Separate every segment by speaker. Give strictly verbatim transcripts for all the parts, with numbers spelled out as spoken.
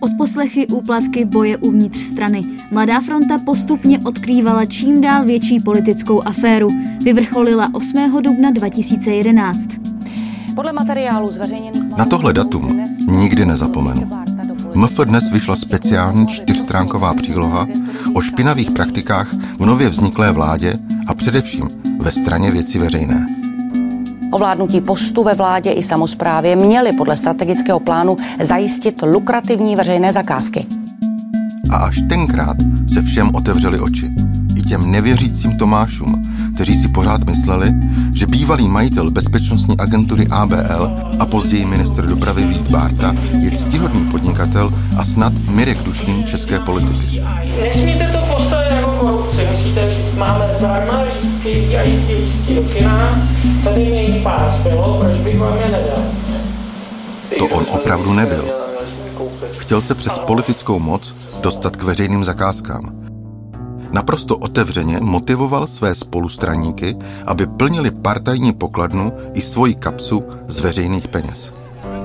Speaker 1: Odposlechy, úplatky, boje uvnitř strany. Mladá fronta postupně odkrývala čím dál větší politickou aféru. Vyvrcholila osmého dubna dva tisíce jedenáct.
Speaker 2: Podle materiálu zveřejněných...
Speaker 3: Na tohle datum nikdy nezapomenu. M F dnes vyšla speciální čtyřstránková příloha o špinavých praktikách v nově vzniklé vládě a především ve straně Věci veřejné.
Speaker 2: Ovládnutí postu ve vládě i samosprávě měli podle strategického plánu zajistit lukrativní veřejné zakázky.
Speaker 3: A až tenkrát se všem otevřely oči. I těm nevěřícím Tomášům, kteří si pořád mysleli, že bývalý majitel bezpečnostní agentury A B L a později ministr dopravy Vít Bárta je ctihodný podnikatel a snad Mirek Dušín české politiky.
Speaker 4: Nesmíte to postavit jako korupci. Musíte říct, máme zdarma lístky, V I P lístky do kina, tady mě jich pár zbylo, proč bych vám je nedal?
Speaker 3: To on opravdu nebyl. Chtěl se přes politickou moc dostat k veřejným zakázkám. Naprosto otevřeně motivoval své spolustraníky, aby plnili partajní pokladnu i svoji kapsu z veřejných peněz.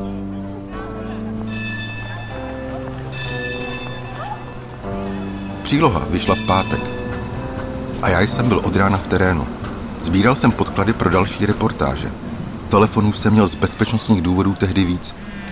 Speaker 3: Příloha vyšla v pátek a já jsem byl od rána v terénu. Sbíral jsem podklady pro další reportáže. Telefonů jsem měl z bezpečnostních důvodů tehdy víc.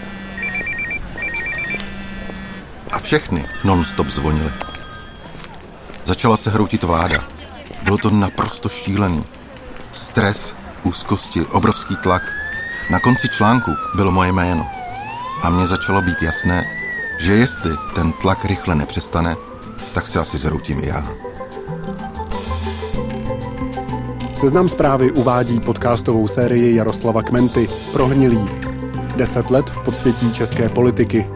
Speaker 3: A všechny non-stop zvonily. Začala se hroutit vláda. Bylo to naprosto šílený. Stres, úzkosti, obrovský tlak. Na konci článku bylo moje jméno. A mně začalo být jasné, že jestli ten tlak rychle nepřestane, tak se asi zhroutím i já.
Speaker 5: Seznam Zprávy uvádí podcastovou sérii Jaroslava Kmenty Prohnilý. Deset let v podsvětí české politiky.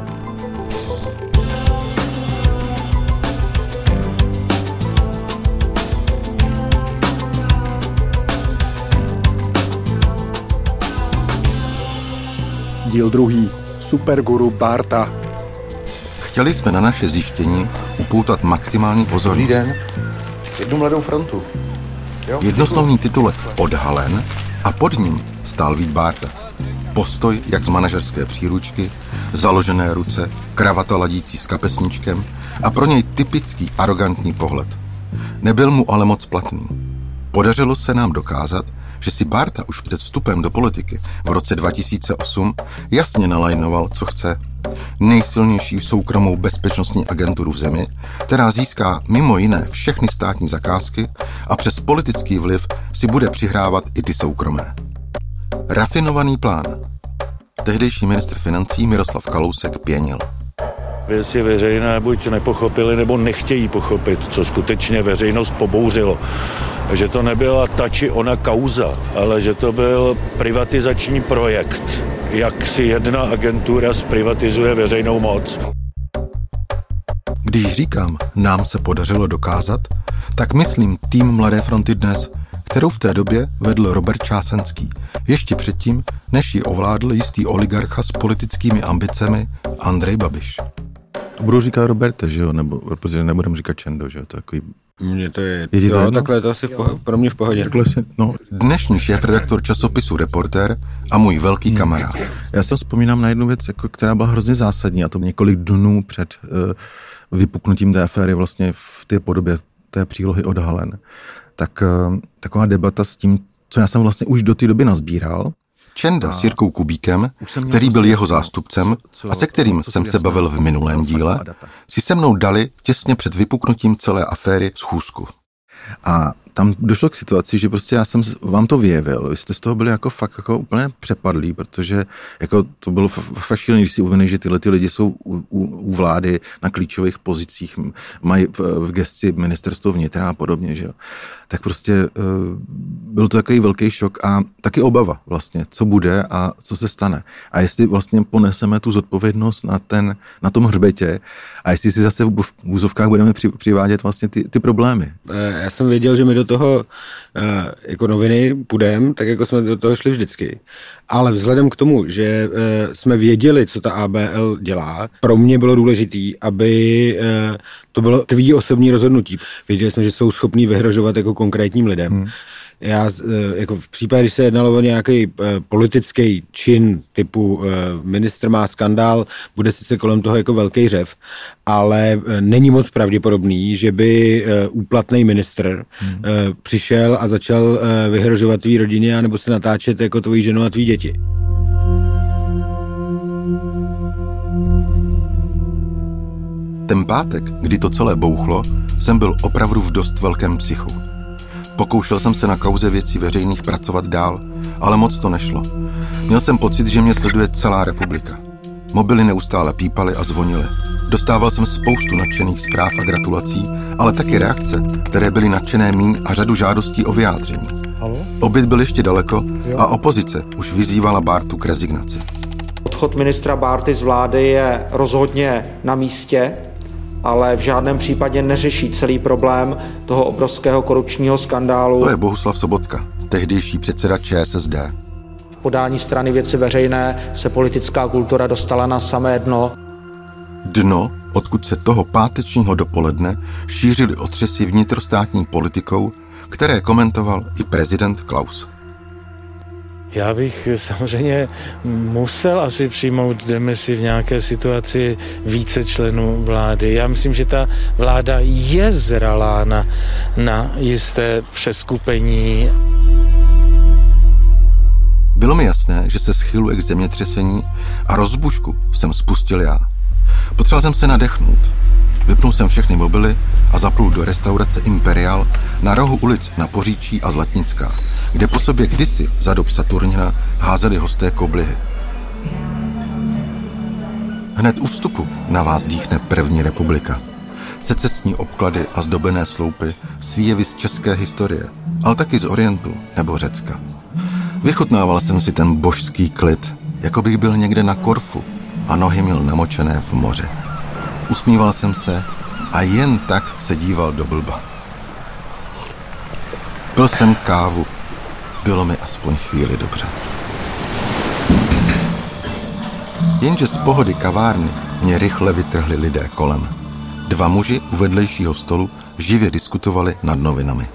Speaker 5: Díl druhý. Superguru Bárta.
Speaker 3: Chtěli jsme na naše zjištění upoutat maximální pozornost.
Speaker 6: Dobrý den. Jednu Mladou frontu. Jo?
Speaker 3: Jednoslovný titulek Odhalen a pod ním stál Vít Bárta. Postoj jak z manažerské příručky, založené ruce, kravata ladící s kapesníčkem a pro něj typický arrogantní pohled. Nebyl mu ale moc platný. Podařilo se nám dokázat, že si Bárta už před vstupem do politiky v roce dva tisíce osm jasně nalajnoval, co chce. Nejsilnější soukromou bezpečnostní agenturu v zemi, která získá mimo jiné všechny státní zakázky a přes politický vliv si bude přihrávat i ty soukromé. Rafinovaný plán. Tehdejší ministr financí Miroslav Kalousek pěnil.
Speaker 7: Věci veřejné buď nepochopili, nebo nechtějí pochopit, co skutečně veřejnost pobouřilo. Že to nebyla ta či ona kauza, ale že to byl privatizační projekt, jak si jedna agentura zprivatizuje veřejnou moc.
Speaker 3: Když říkám, nám se podařilo dokázat, tak myslím tým Mladé fronty Dnes, kterou v té době vedl Robert Čásenský, ještě předtím, než ji ovládl jistý oligarcha s politickými ambicemi Andrej Babiš.
Speaker 6: Budu říkat Roberte, že jo, nebo protože nebudem říkat Čendo, že jo, to je takový...
Speaker 8: Mně to je,
Speaker 6: je
Speaker 8: jo,
Speaker 6: to
Speaker 8: takhle to asi v poho- pro mě v pohodě.
Speaker 6: Takhle si, no.
Speaker 3: Dnešní šéfredaktor časopisu Reportér a můj velký hmm. kamarád.
Speaker 6: Já si vzpomínám na jednu věc, jako, která byla hrozně zásadní, a to několik dnů před uh, vypuknutím té aféry vlastně v té podobě té přílohy Odhalen. Tak uh, taková debata s tím, co já jsem vlastně už do té doby nazbíral.
Speaker 3: Čenda s Jirkou Kubíkem, který byl jeho zástupcem a se kterým jsem se bavil v minulém díle, si se mnou dali těsně před vypuknutím celé aféry schůzku.
Speaker 6: A tam došlo k situaci, že prostě já jsem vám to vyjevil. Vy jste z toho byli jako fakt jako úplně přepadlí, protože jako to bylo fakt šílený, když si uvědomili, že tyhle ty lidi jsou u, u, u vlády na klíčových pozicích, mají v, v gesci ministerstvo vnitra a podobně, že jo. Tak prostě uh, byl to takový velký šok a taky obava vlastně, co bude a co se stane. A jestli vlastně poneseme tu zodpovědnost na, ten, na tom hřbetě a jestli si zase v úzovkách budeme při, přivádět vlastně ty, ty problémy.
Speaker 8: Já jsem věděl, že my do toho jako noviny půjdeme, tak jako jsme do toho šli vždycky. Ale vzhledem k tomu, že jsme věděli, co ta A B L dělá, pro mě bylo důležitý, aby to bylo tvý osobní rozhodnutí. Věděli jsme, že jsou schopní vyhrožovat jako konkrétním lidem. Hmm. Já, jako v případě, když se jednalo o nějaký politický čin typu ministr má skandál, bude sice kolem toho jako velký řev, ale není moc pravděpodobný, že by úplatný ministr hmm. přišel a začal vyhrožovat tvý rodině anebo se natáčet jako tvojí ženu a tvý děti.
Speaker 3: Ten pátek, kdy to celé bouchlo, jsem byl opravdu v dost velkém psychu. Pokoušel jsem se na kauze věcí veřejných pracovat dál, ale moc to nešlo. Měl jsem pocit, že mě sleduje celá republika. Mobily neustále pípaly a zvonily. Dostával jsem spoustu nadšených zpráv a gratulací, ale taky reakce, které byly nadšené míň a řadu žádostí o vyjádření. Oběd byl ještě daleko a opozice už vyzývala Bártu k rezignaci.
Speaker 9: Odchod ministra Bárty z vlády je rozhodně na místě, ale v žádném případě neřeší celý problém toho obrovského korupčního skandálu.
Speaker 3: To je Bohuslav Sobotka, tehdejší předseda ČSSD.
Speaker 9: V podání strany Věci veřejné se politická kultura dostala na samé dno.
Speaker 3: Dno, odkud se toho pátečního dopoledne šířily otřesy vnitrostátní politikou, které komentoval i prezident Klaus.
Speaker 4: Já bych samozřejmě musel asi přijmout demisi v nějaké situaci více členů vlády. Já myslím, že ta vláda je zralá na, na jisté přeskupení.
Speaker 3: Bylo mi jasné, že se schyluje k zemětřesení a rozbušku jsem spustil já. Potřeboval jsem se nadechnout. Vypnul jsem všechny mobily a zaplul do restaurace Imperial na rohu ulic na Poříčí a Zlatnická, kde po sobě kdysi za dob Saturnina házeli hosté koblihy. Hned u vstupu na vás dýchne první republika. Secesní obklady a zdobené sloupy, výjevy z české historie, ale taky z Orientu nebo Řecka. Vychutnával jsem si ten božský klid, jako bych byl někde na Korfu a nohy měl namočené v moři. Usmíval jsem se a jen tak se díval do blba. Pil jsem kávu, bylo mi aspoň chvíli dobře. Jenže z pohody kavárny mě rychle vytrhli lidé kolem. Dva muži u vedlejšího stolu živě diskutovali nad novinami.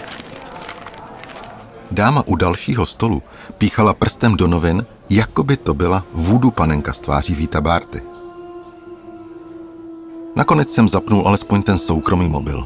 Speaker 3: Dáma u dalšího stolu píchala prstem do novin, jako by to byla vůdu panenka z tváří Víta Bárty. Nakonec jsem zapnul alespoň ten soukromý mobil.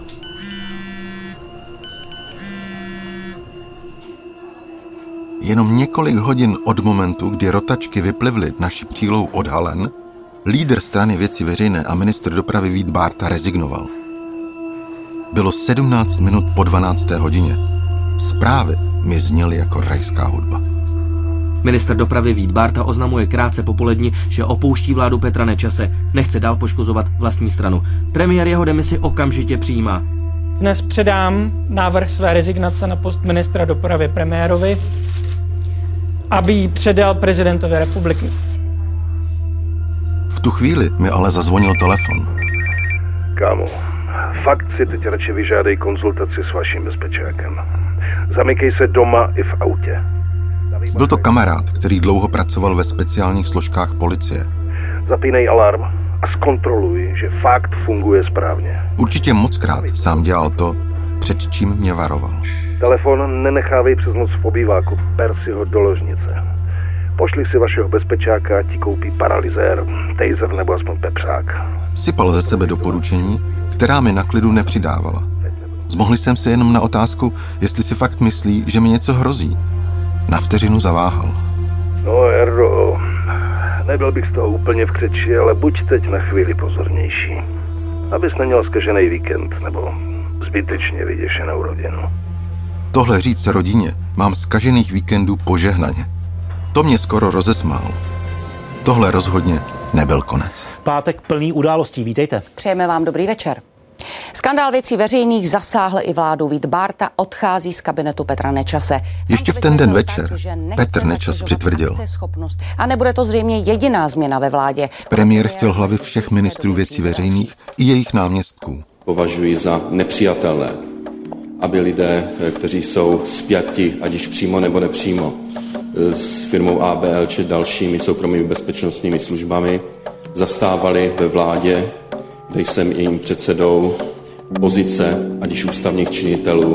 Speaker 3: Jenom několik hodin od momentu, kdy rotačky vyplivly naší přílohou odhalen, lídr strany Věci veřejné a ministr dopravy Vít Bárta rezignoval. Bylo sedmnáct minut po dvanácté hodině. Zprávy mi zněly jako rajská hudba.
Speaker 10: Ministr dopravy Vít Bárta oznamuje krátce po poledni, že opouští vládu Petra Nečase. Nechce dál poškozovat vlastní stranu. Premiér jeho demisi okamžitě přijímá.
Speaker 4: Dnes předám návrh své rezignace na post ministra dopravy premiérovi, aby ji předal prezidentovi republiky.
Speaker 3: V tu chvíli mi ale zazvonil telefon.
Speaker 11: Kámo, fakt si teď radši vyžádej konzultaci s vaším bezpečákem. Zamykej se doma i v autě.
Speaker 3: Byl to kamarád, který dlouho pracoval ve speciálních složkách policie.
Speaker 11: Zapínej alarm a zkontroluj, že fakt funguje správně.
Speaker 3: Určitě mockrát sám dělal to, před čím mě varoval.
Speaker 11: Telefon nenechávej přes noc v obýváku, per si ho do ložnice. Pošli si vašeho bezpečáka, ti koupí paralyzér, taser nebo aspoň pepřák.
Speaker 3: Sypal ze sebe doporučení, která mi na klidu nepřidávala. Zmohli jsem se jenom na otázku, jestli si fakt myslí, že mi něco hrozí. Na vteřinu zaváhal.
Speaker 11: No, Erdo, nebyl bych z toho úplně v křeči, ale buď teď na chvíli pozornější. Abys neměl zkažený víkend, nebo zbytečně vyděšenou rodinu.
Speaker 3: Tohle říct rodině mám zkažených víkendů požehnaně. To mě skoro rozesmálo. Tohle rozhodně nebyl konec.
Speaker 12: Pátek plný událostí, vítejte.
Speaker 2: Přejeme vám dobrý večer. Skandál Věcí veřejných zasáhl i vládu. Vít Bárta odchází z kabinetu Petra Nečase.
Speaker 3: Ještě v ten den večer Petr Nečas přitvrdil.
Speaker 2: A nebude to zřejmě jediná změna ve vládě.
Speaker 3: Premiér chtěl hlavy všech ministrů Věcí veřejných i jejich náměstků.
Speaker 13: Považuji za nepřijatelné, aby lidé, kteří jsou spjati, ať již přímo nebo nepřímo, s firmou A B L či dalšími soukromými bezpečnostními službami, zastávali ve vládě, kde jsem jejím předsedou, pozice, ať již ústavních činitelů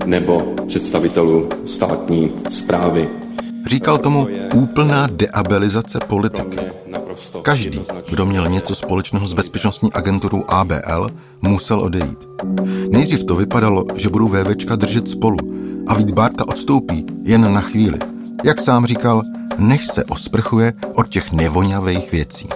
Speaker 13: nebo představitelů státní správy.
Speaker 3: Říkal tomu úplná deabilizace politiky. Každý, kdo měl něco společného s bezpečnostní agenturou A B L, musel odejít. Nejdřív to vypadalo, že budou VVčka držet spolu a Vít Bárta odstoupí jen na chvíli. Jak sám říkal, než se osprchuje od těch nevoňavých věcí.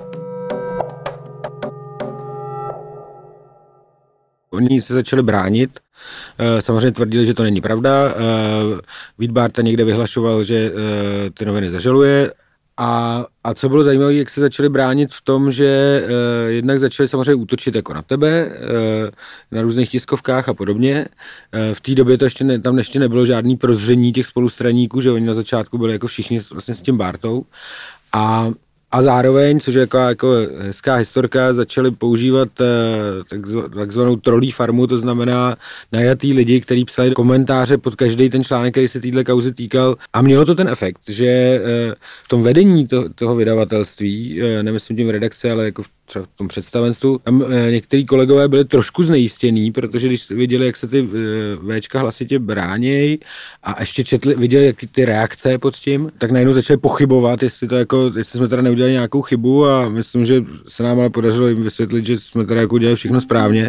Speaker 8: Oni se začali bránit, samozřejmě tvrdili, že to není pravda. Vít Bárta někde vyhlašoval, že ty noviny zažaluje. A, a co bylo zajímavé, jak se začali bránit v tom, že jednak začali samozřejmě útočit jako na tebe, na různých tiskovkách a podobně. V té době to ještě ne, tam ještě nebylo žádný prozření těch spolustraníků, že oni na začátku byli jako všichni vlastně s tím Bártou. A A zároveň, což je jako, jako hezká historka, začali používat takzvanou trolí farmu, to znamená najatý lidi, kteří psali komentáře pod každý ten článek, který se téhle kauzy týkal. A mělo to ten efekt, že v tom vedení to, toho vydavatelství, nemyslím tím v redakci, ale jako v třeba v tom představenstvu, tam některý kolegové byli trošku znejistěný, protože když viděli, jak se ty Véčka hlasitě bránějí a ještě četli, viděli, jak ty reakce pod tím, tak najednou začali pochybovat, jestli to jako, jestli jsme teda neudělali nějakou chybu a myslím, že se nám ale podařilo jim vysvětlit, že jsme teda jako udělali všechno správně.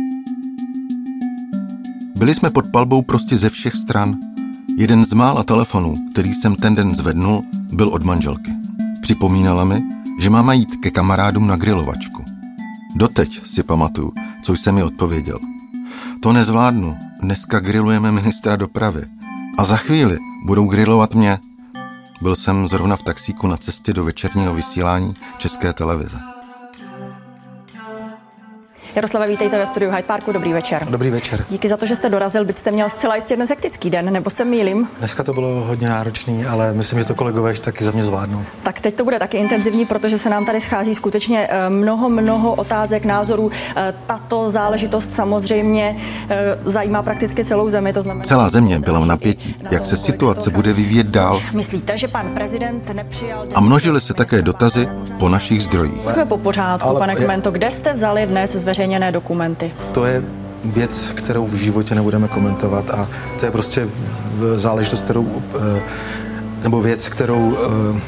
Speaker 3: Byli jsme pod palbou prostě ze všech stran. Jeden z mála telefonů, který jsem ten den zvednul, byl od manželky. Připomínala mi, že mám jít ke kamarádům na grilovačku. Doteď si pamatuju, co jsem mi odpověděl. To nezvládnu, dneska grilujeme ministra dopravy. A za chvíli budou grilovat mě. Byl jsem zrovna v taxíku na cestě do večerního vysílání České televize.
Speaker 14: Jaroslave, vítejte ve studiu Hyde Parku, dobrý večer.
Speaker 15: Dobrý večer.
Speaker 14: Díky za to, že jste dorazil, byť jste měl zcela jistě dnes hektický den, nebo se mýlím?
Speaker 15: Dneska to bylo hodně náročný, ale myslím, že to kolegové taky za mě zvládnou.
Speaker 14: Tak teď to bude taky intenzivní, protože se nám tady schází skutečně mnoho, mnoho otázek, názorů. Tato záležitost samozřejmě zajímá prakticky celou zemi, to znamená...
Speaker 3: Celá země byla v napětí, jak se situace bude vyvíjet dál.
Speaker 14: Myslíte, že pan prezident nepřijal...
Speaker 3: A množily se také dotazy po našich zdrojích.
Speaker 14: Pojďme po pořádku, ale... pane Kmento, kde jste vzali dnes zveřejněné dokumenty?
Speaker 15: To je věc, kterou v životě nebudeme komentovat a to je prostě záležitost, kterou, nebo věc, kterou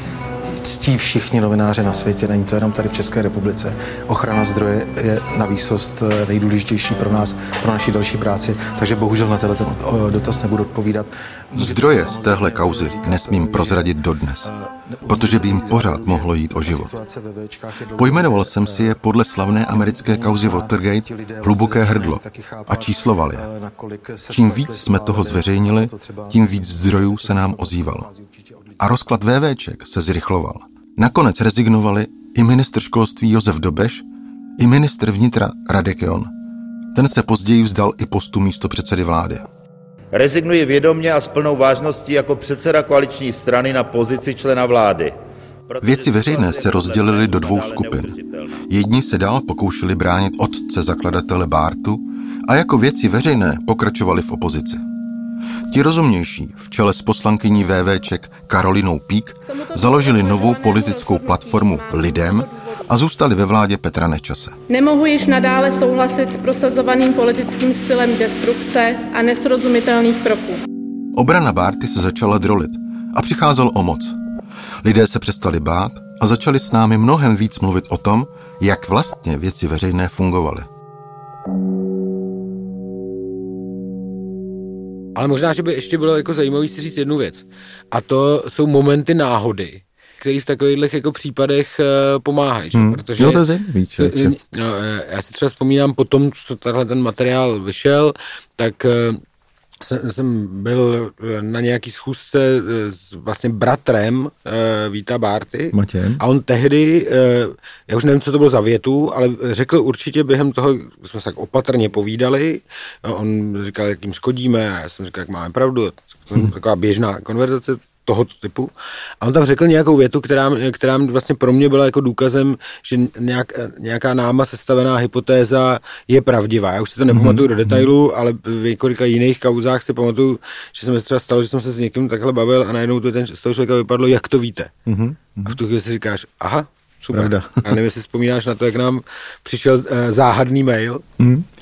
Speaker 15: ctí všichni novináři na světě, není to jenom tady v České republice. Ochrana zdroje je na výsost nejdůležitější pro nás, pro naši další práci, takže bohužel na tenhle dotaz nebudu odpovídat.
Speaker 3: Zdroje z téhle kauzy nesmím prozradit dodnes, protože by jim pořád mohlo jít o život. Pojmenoval jsem si je podle slavné americké kauzy Watergate Hluboké hrdlo a čísloval je. Čím víc jsme toho zveřejnili, tím víc zdrojů se nám ozývalo. A rozklad VVček se zrychloval. Nakonec rezignovali i ministr školství Josef Dobeš, i ministr vnitra Radek John. Ten se později vzdal i postu místopředsedy vlády.
Speaker 16: Rezignuji vědomě a s plnou vážností jako předseda koaliční strany na pozici člena vlády.
Speaker 3: Věci veřejné se rozdělily do dvou skupin. Jedni se dál pokoušeli bránit otce zakladatele Bártu a jako věci veřejné pokračovali v opozici. Ti rozumnější, v čele s poslankyní VVček Karolinou Pík, založili novou politickou platformu Lidem a zůstali ve vládě Petra Nečase.
Speaker 17: Nemohu již nadále souhlasit s prosazovaným politickým stylem destrukce a nesrozumitelných kroků.
Speaker 3: Obrana Bárty se začala drolit a přicházel o moc. Lidé se přestali bát a začali s námi mnohem víc mluvit o tom, jak vlastně věci veřejné fungovaly.
Speaker 8: Ale možná, že by ještě bylo jako zajímavé si říct jednu věc. A to jsou momenty náhody, které v takových jako případech uh, pomáhají. Hmm. Protože
Speaker 6: no to je zajímavý,
Speaker 8: no, já si třeba vzpomínám po tom, co tenhle ten materiál vyšel, tak uh, jsem, jsem byl na nějaký schůzce s vlastně bratrem uh, Víta Bárty.
Speaker 6: Matějem.
Speaker 8: A on tehdy, uh, já už nevím, co to bylo za větu, ale řekl určitě během toho, jsme se tak opatrně povídali, on říkal, jak jim škodíme, a já jsem říkal, jak máme pravdu, hmm. taková běžná konverzace tohoto typu. A on tam řekl nějakou větu, která, která vlastně pro mě byla jako důkazem, že nějak, nějaká náma sestavená hypotéza je pravdivá. Já už si to nepamatuju mm-hmm. do detailu, ale v několika jiných kauzách si pamatuju, že se mi třeba stalo, že jsem se s někým takhle bavil a najednou to ten, z toho člověka vypadlo, jak to víte. Mm-hmm. A v tu chvíli si říkáš, aha, super. Pravda. A nevím, jestli vzpomínáš na to, jak nám přišel uh, záhadný mail. Mm.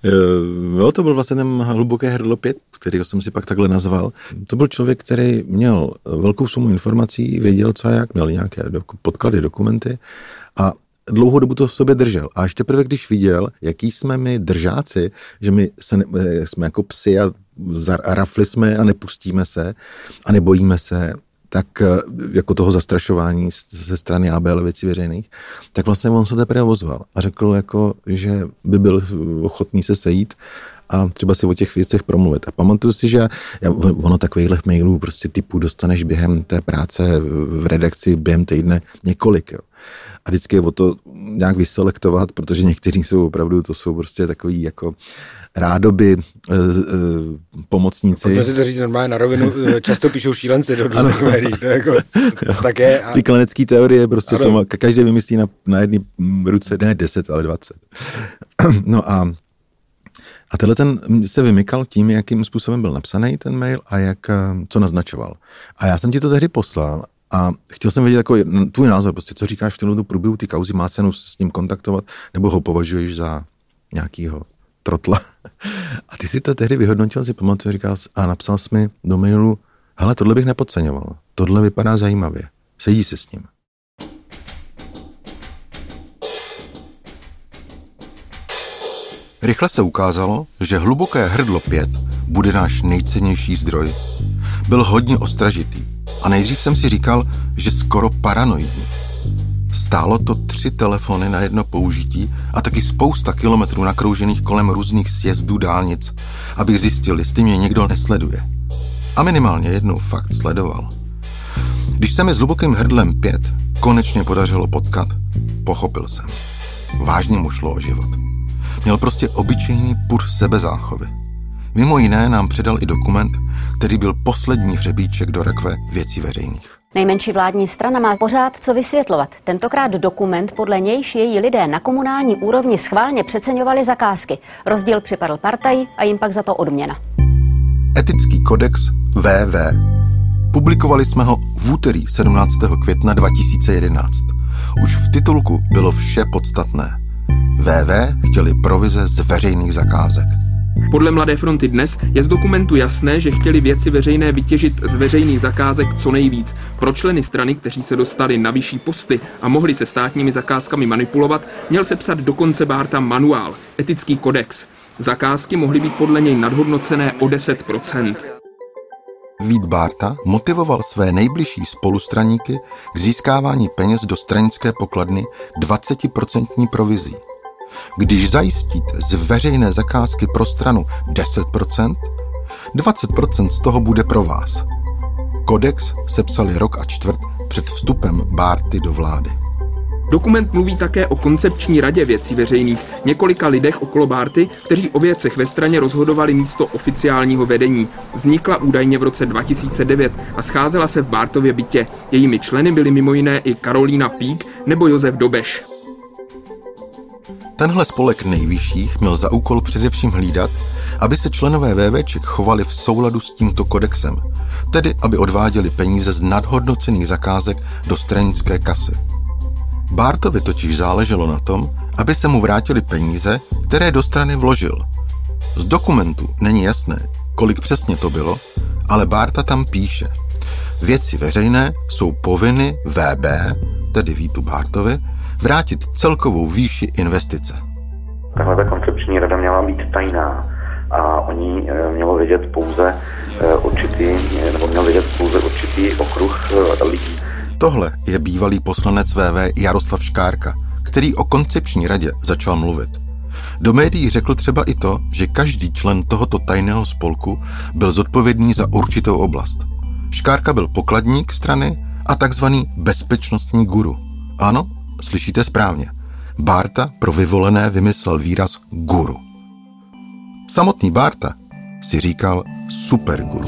Speaker 6: Jo, to byl vlastně ten Hluboké hrdlo pět, kterýho jsem si pak takhle nazval. To byl člověk, který měl velkou sumu informací, věděl co a jak, měl nějaké podklady, dokumenty a dlouhou dobu to v sobě držel. A až teprve, když viděl, jaký jsme my držáci, že my se ne, jsme jako psi a, a rafli jsme a nepustíme se a nebojíme se, tak jako toho zastrašování ze strany A B L Věcí veřejných, tak vlastně on se teprve ozval a řekl, jako, že by byl ochotný se sejít a třeba si o těch věcech promluvit. A pamatuju si, že já, ono takovýchhle mailů prostě typu dostaneš během té práce v redakci během týdne několik. Jo. A vždycky je o to nějak vyselektovat, protože někteří jsou opravdu, to jsou prostě takový jako rádoby, e, e, pomocníci.
Speaker 8: Pojďme si to říct normálně na rovinu, často píšou šílenci do různých médií, to je jako také. A... Spíklanecký
Speaker 6: teorie, prostě to, každý vymyslí na, na jedné ruce, ne deset, ale dvacet. No a A tenhle ten se vymykal tím, jakým způsobem byl napsaný ten mail a jak, co naznačoval. A já jsem ti to tehdy poslal a chtěl jsem vědět jako tvůj názor, prostě co říkáš v tomto průběhu ty kauzy, má cenu s ním kontaktovat, nebo ho považuješ za nějakýho trotla. A ty si to tehdy vyhodnotil, si pamatuju, říkal a napsal jsi mi do mailu, hele, tohle bych nepodceňoval, tohle vypadá zajímavě, sedí si s ním.
Speaker 3: Rychle se ukázalo, že Hluboké hrdlo pět bude náš nejcennější zdroj. Byl hodně ostražitý a nejdřív jsem si říkal, že skoro paranoidní. Stálo to tři telefony na jedno použití a taky spousta kilometrů nakroužených kolem různých sjezdů dálnic, abych zjistil, jestli mě někdo nesleduje. A minimálně jednou fakt sledoval. Když se mi s Hlubokým hrdlem pět konečně podařilo potkat, pochopil jsem. Vážně mu šlo o život. Měl prostě obyčejný pur sebezáchovy. Mimo jiné nám předal i dokument, který byl poslední hřebíček do rakve Věcí veřejných.
Speaker 18: Nejmenší vládní strana má pořád co vysvětlovat. Tentokrát dokument, podle nějž její lidé na komunální úrovni schválně přeceňovali zakázky. Rozdíl připadl partaji a jim pak za to odměna.
Speaker 3: Etický kodex V V. Publikovali jsme ho v úterý sedmnáctého května dva tisíce jedenáct. Už v titulku bylo vše podstatné. V V chtěli provize z veřejných zakázek.
Speaker 19: Podle Mladé fronty dnes je z dokumentu jasné, že chtěli Věci veřejné vytěžit z veřejných zakázek co nejvíc. Pro členy strany, kteří se dostali na vyšší posty a mohli se státními zakázkami manipulovat, měl sepsat dokonce Bárta manuál, etický kodex. Zakázky mohly být podle něj nadhodnocené o deset procent.
Speaker 3: Vít Bárta motivoval své nejbližší spolustraníky k získávání peněz do stranické pokladny dvacet procent provizí. Když zajistíte z veřejné zakázky pro stranu deset procent, dvacet procent z toho bude pro vás. Kodex sepsali rok a čtvrt před vstupem Bárty do vlády.
Speaker 19: Dokument mluví také o koncepční radě Věcí veřejných, několika lidech okolo Bárty, kteří o věcech ve straně rozhodovali místo oficiálního vedení. Vznikla údajně v roce dva tisíce devět a scházela se v Bártově bytě. Jejími členy byly mimo jiné i Karolína Pík nebo Josef Dobeš.
Speaker 3: Tenhle spolek nejvyšších měl za úkol především hlídat, aby se členové VVček chovali v souladu s tímto kodexem, tedy aby odváděli peníze z nadhodnocených zakázek do stranické kasy. Bártovi totiž záleželo na tom, aby se mu vrátili peníze, které do strany vložil. Z dokumentu není jasné, kolik přesně to bylo, ale Bárta tam píše: Věci veřejné jsou povinny V B, tedy Vítu Bártovi, vrátit celkovou výši investice.
Speaker 20: Tahle ta koncepční rada měla být tajná a oni mělo vědět pouze určitý, nebo měl vědět pouze určitý okruh lidí.
Speaker 3: Tohle je bývalý poslanec V V Jaroslav Škárka, který o koncepční radě začal mluvit. Do médií řekl třeba i to, že každý člen tohoto tajného spolku byl zodpovědný za určitou oblast. Škárka byl pokladník strany a takzvaný bezpečnostní guru. Ano, slyšíte správně. Bárta pro vyvolené vymyslel výraz guru. Samotný Bárta si říkal superguru.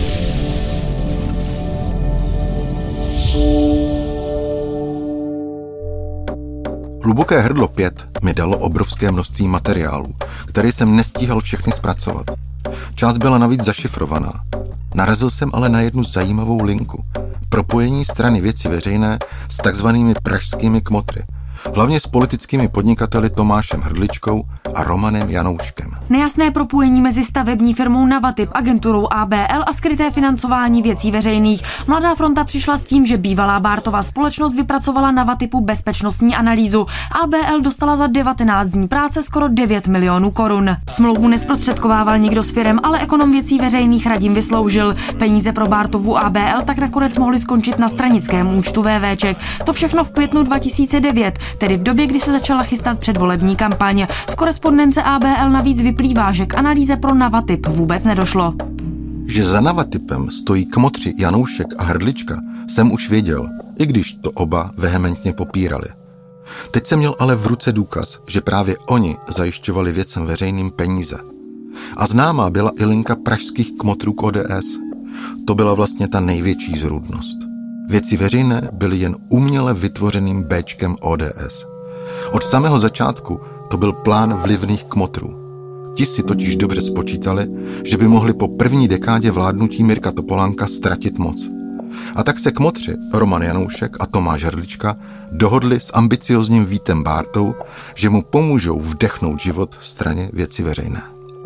Speaker 3: Hluboké hrdlo pět mi dalo obrovské množství materiálů, které jsem nestíhal všechny zpracovat. Část byla navíc zašifrovaná. Narazil jsem ale na jednu zajímavou linku. Propojení strany Věci veřejné s takzvanými pražskými kmotry, Hlavně s politickými podnikateli Tomášem Hrdličkou a Romanem Janouškem.
Speaker 21: Nejasné propojení mezi stavební firmou Navatyp, agenturou A B L a skryté financování věcí veřejných. Mladá fronta přišla s tím, že bývalá Bártova společnost vypracovala Navatypu bezpečnostní analýzu. A B L dostala za devatenáct dní práce skoro devět milionů korun. Smlouvu nesprostředkovával nikdo z firem, ale ekonom věcí veřejných Radim Vysloužil. Peníze pro Bártovu A B L tak nakonec mohly skončit na stranickém účtu VVček. To všechno v květnu dva tisíce devět, tedy v době, kdy se začala chystat předvolební kampaň. Z korespondence A B L navíc vyplývá, že k analýze pro Navatyp vůbec nedošlo.
Speaker 3: Že za Navatypem stojí kmotři Janoušek a Hrdlička, jsem už věděl, i když to oba vehementně popírali. Teď jsem měl ale v ruce důkaz, že právě oni zajišťovali věcem veřejným peníze. A známá byla i linka pražských kmotrů k O D S. To byla vlastně ta největší zrůdnost. Věci veřejné byly jen uměle vytvořeným béčkem O D S. Od samého začátku to byl plán vlivných kmotrů. Ti si totiž dobře spočítali, že by mohli po první dekádě vládnutí Mirka Topolánka ztratit moc. A tak se kmotři Roman Janoušek a Tomáš Hrdlička dohodli s ambiciozním Vítem Bártou, že mu pomůžou vdechnout život straně Věci veřejné.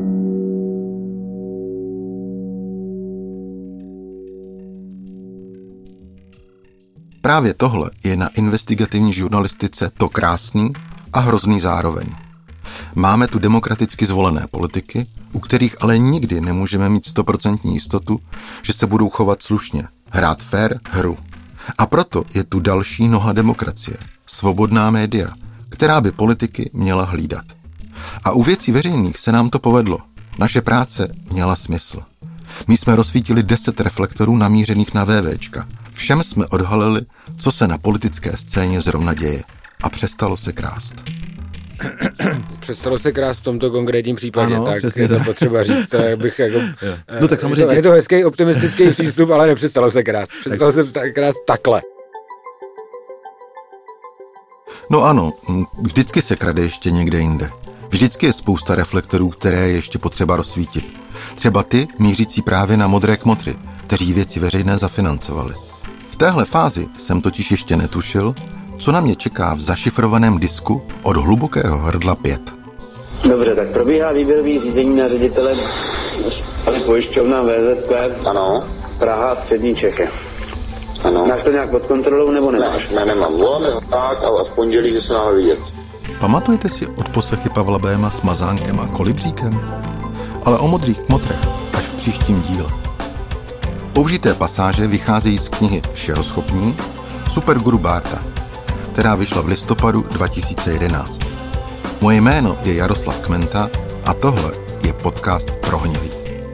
Speaker 3: Právě tohle je na investigativní žurnalistice to krásný a hrozný zároveň. Máme tu demokraticky zvolené politiky, u kterých ale nikdy nemůžeme mít stoprocentní jistotu, že se budou chovat slušně, hrát fair hru. A proto je tu další noha demokracie, svobodná média, která by politiky měla hlídat. A u Věcí veřejných se nám to povedlo. Naše práce měla smysl. My jsme rozsvítili deset reflektorů namířených na VVčka. Všem jsme odhalili, co se na politické scéně zrovna děje. A přestalo se krást.
Speaker 8: Přestalo se krást v tomto konkrétním případě, ano, tak je to
Speaker 6: tak.
Speaker 8: potřeba říct, tak bych jako...
Speaker 6: No, tak samozřejmě...
Speaker 8: je, to, je to hezký optimistický přístup, ale nepřestalo se krást. Přestalo tak. se krást takhle.
Speaker 3: No ano, vždycky se krade ještě někde jinde. Vždycky je spousta reflektorů, které je ještě potřeba rozsvítit. Třeba ty, mířící právě na modré kmotry, kteří Věci veřejné zafinancovali. V téhle fázi jsem totiž ještě netušil, co na mě čeká v zašifrovaném disku od hlubokého hrdla pět.
Speaker 22: Dobře, tak probíhá výběrový řízení na ředitele pojišťovna V Z K.
Speaker 20: Ano.
Speaker 22: Praha, střední Čechy.
Speaker 20: Ano.
Speaker 22: Máš to nějak pod kontrolou nebo nemáš?
Speaker 20: Ne, ne nemám. Voláme tak a v pondělí, že se máme vidět.
Speaker 3: Pamatujete si odposlechy Pavla Béma s Mazánkem a Kolibříkem? Ale o modrých kmotrech až v příštím díle. Použité pasáže vycházejí z knihy Všeho schopní Superguru Bárta, která vyšla v listopadu dva tisíce jedenáct. Moje jméno je Jaroslav Kmenta a tohle je podcast Prohnilý.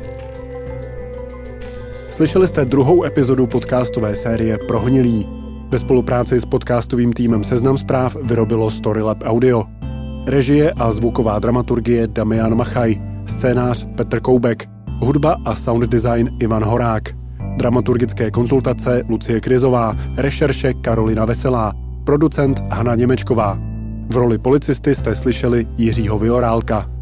Speaker 5: Slyšeli jste druhou epizodu podcastové série Prohnilý. Ve spolupráci s podcastovým týmem Seznam Zpráv vyrobilo Storylab Audio. Režie a zvuková dramaturgie Damian Machaj, scénář Petr Koubek, hudba a sound design Ivan Horák, dramaturgické konzultace Lucie Kryzová, rešerše Karolina Veselá, producent Hana Němečková. V roli policisty jste slyšeli Jiřího Viorálka.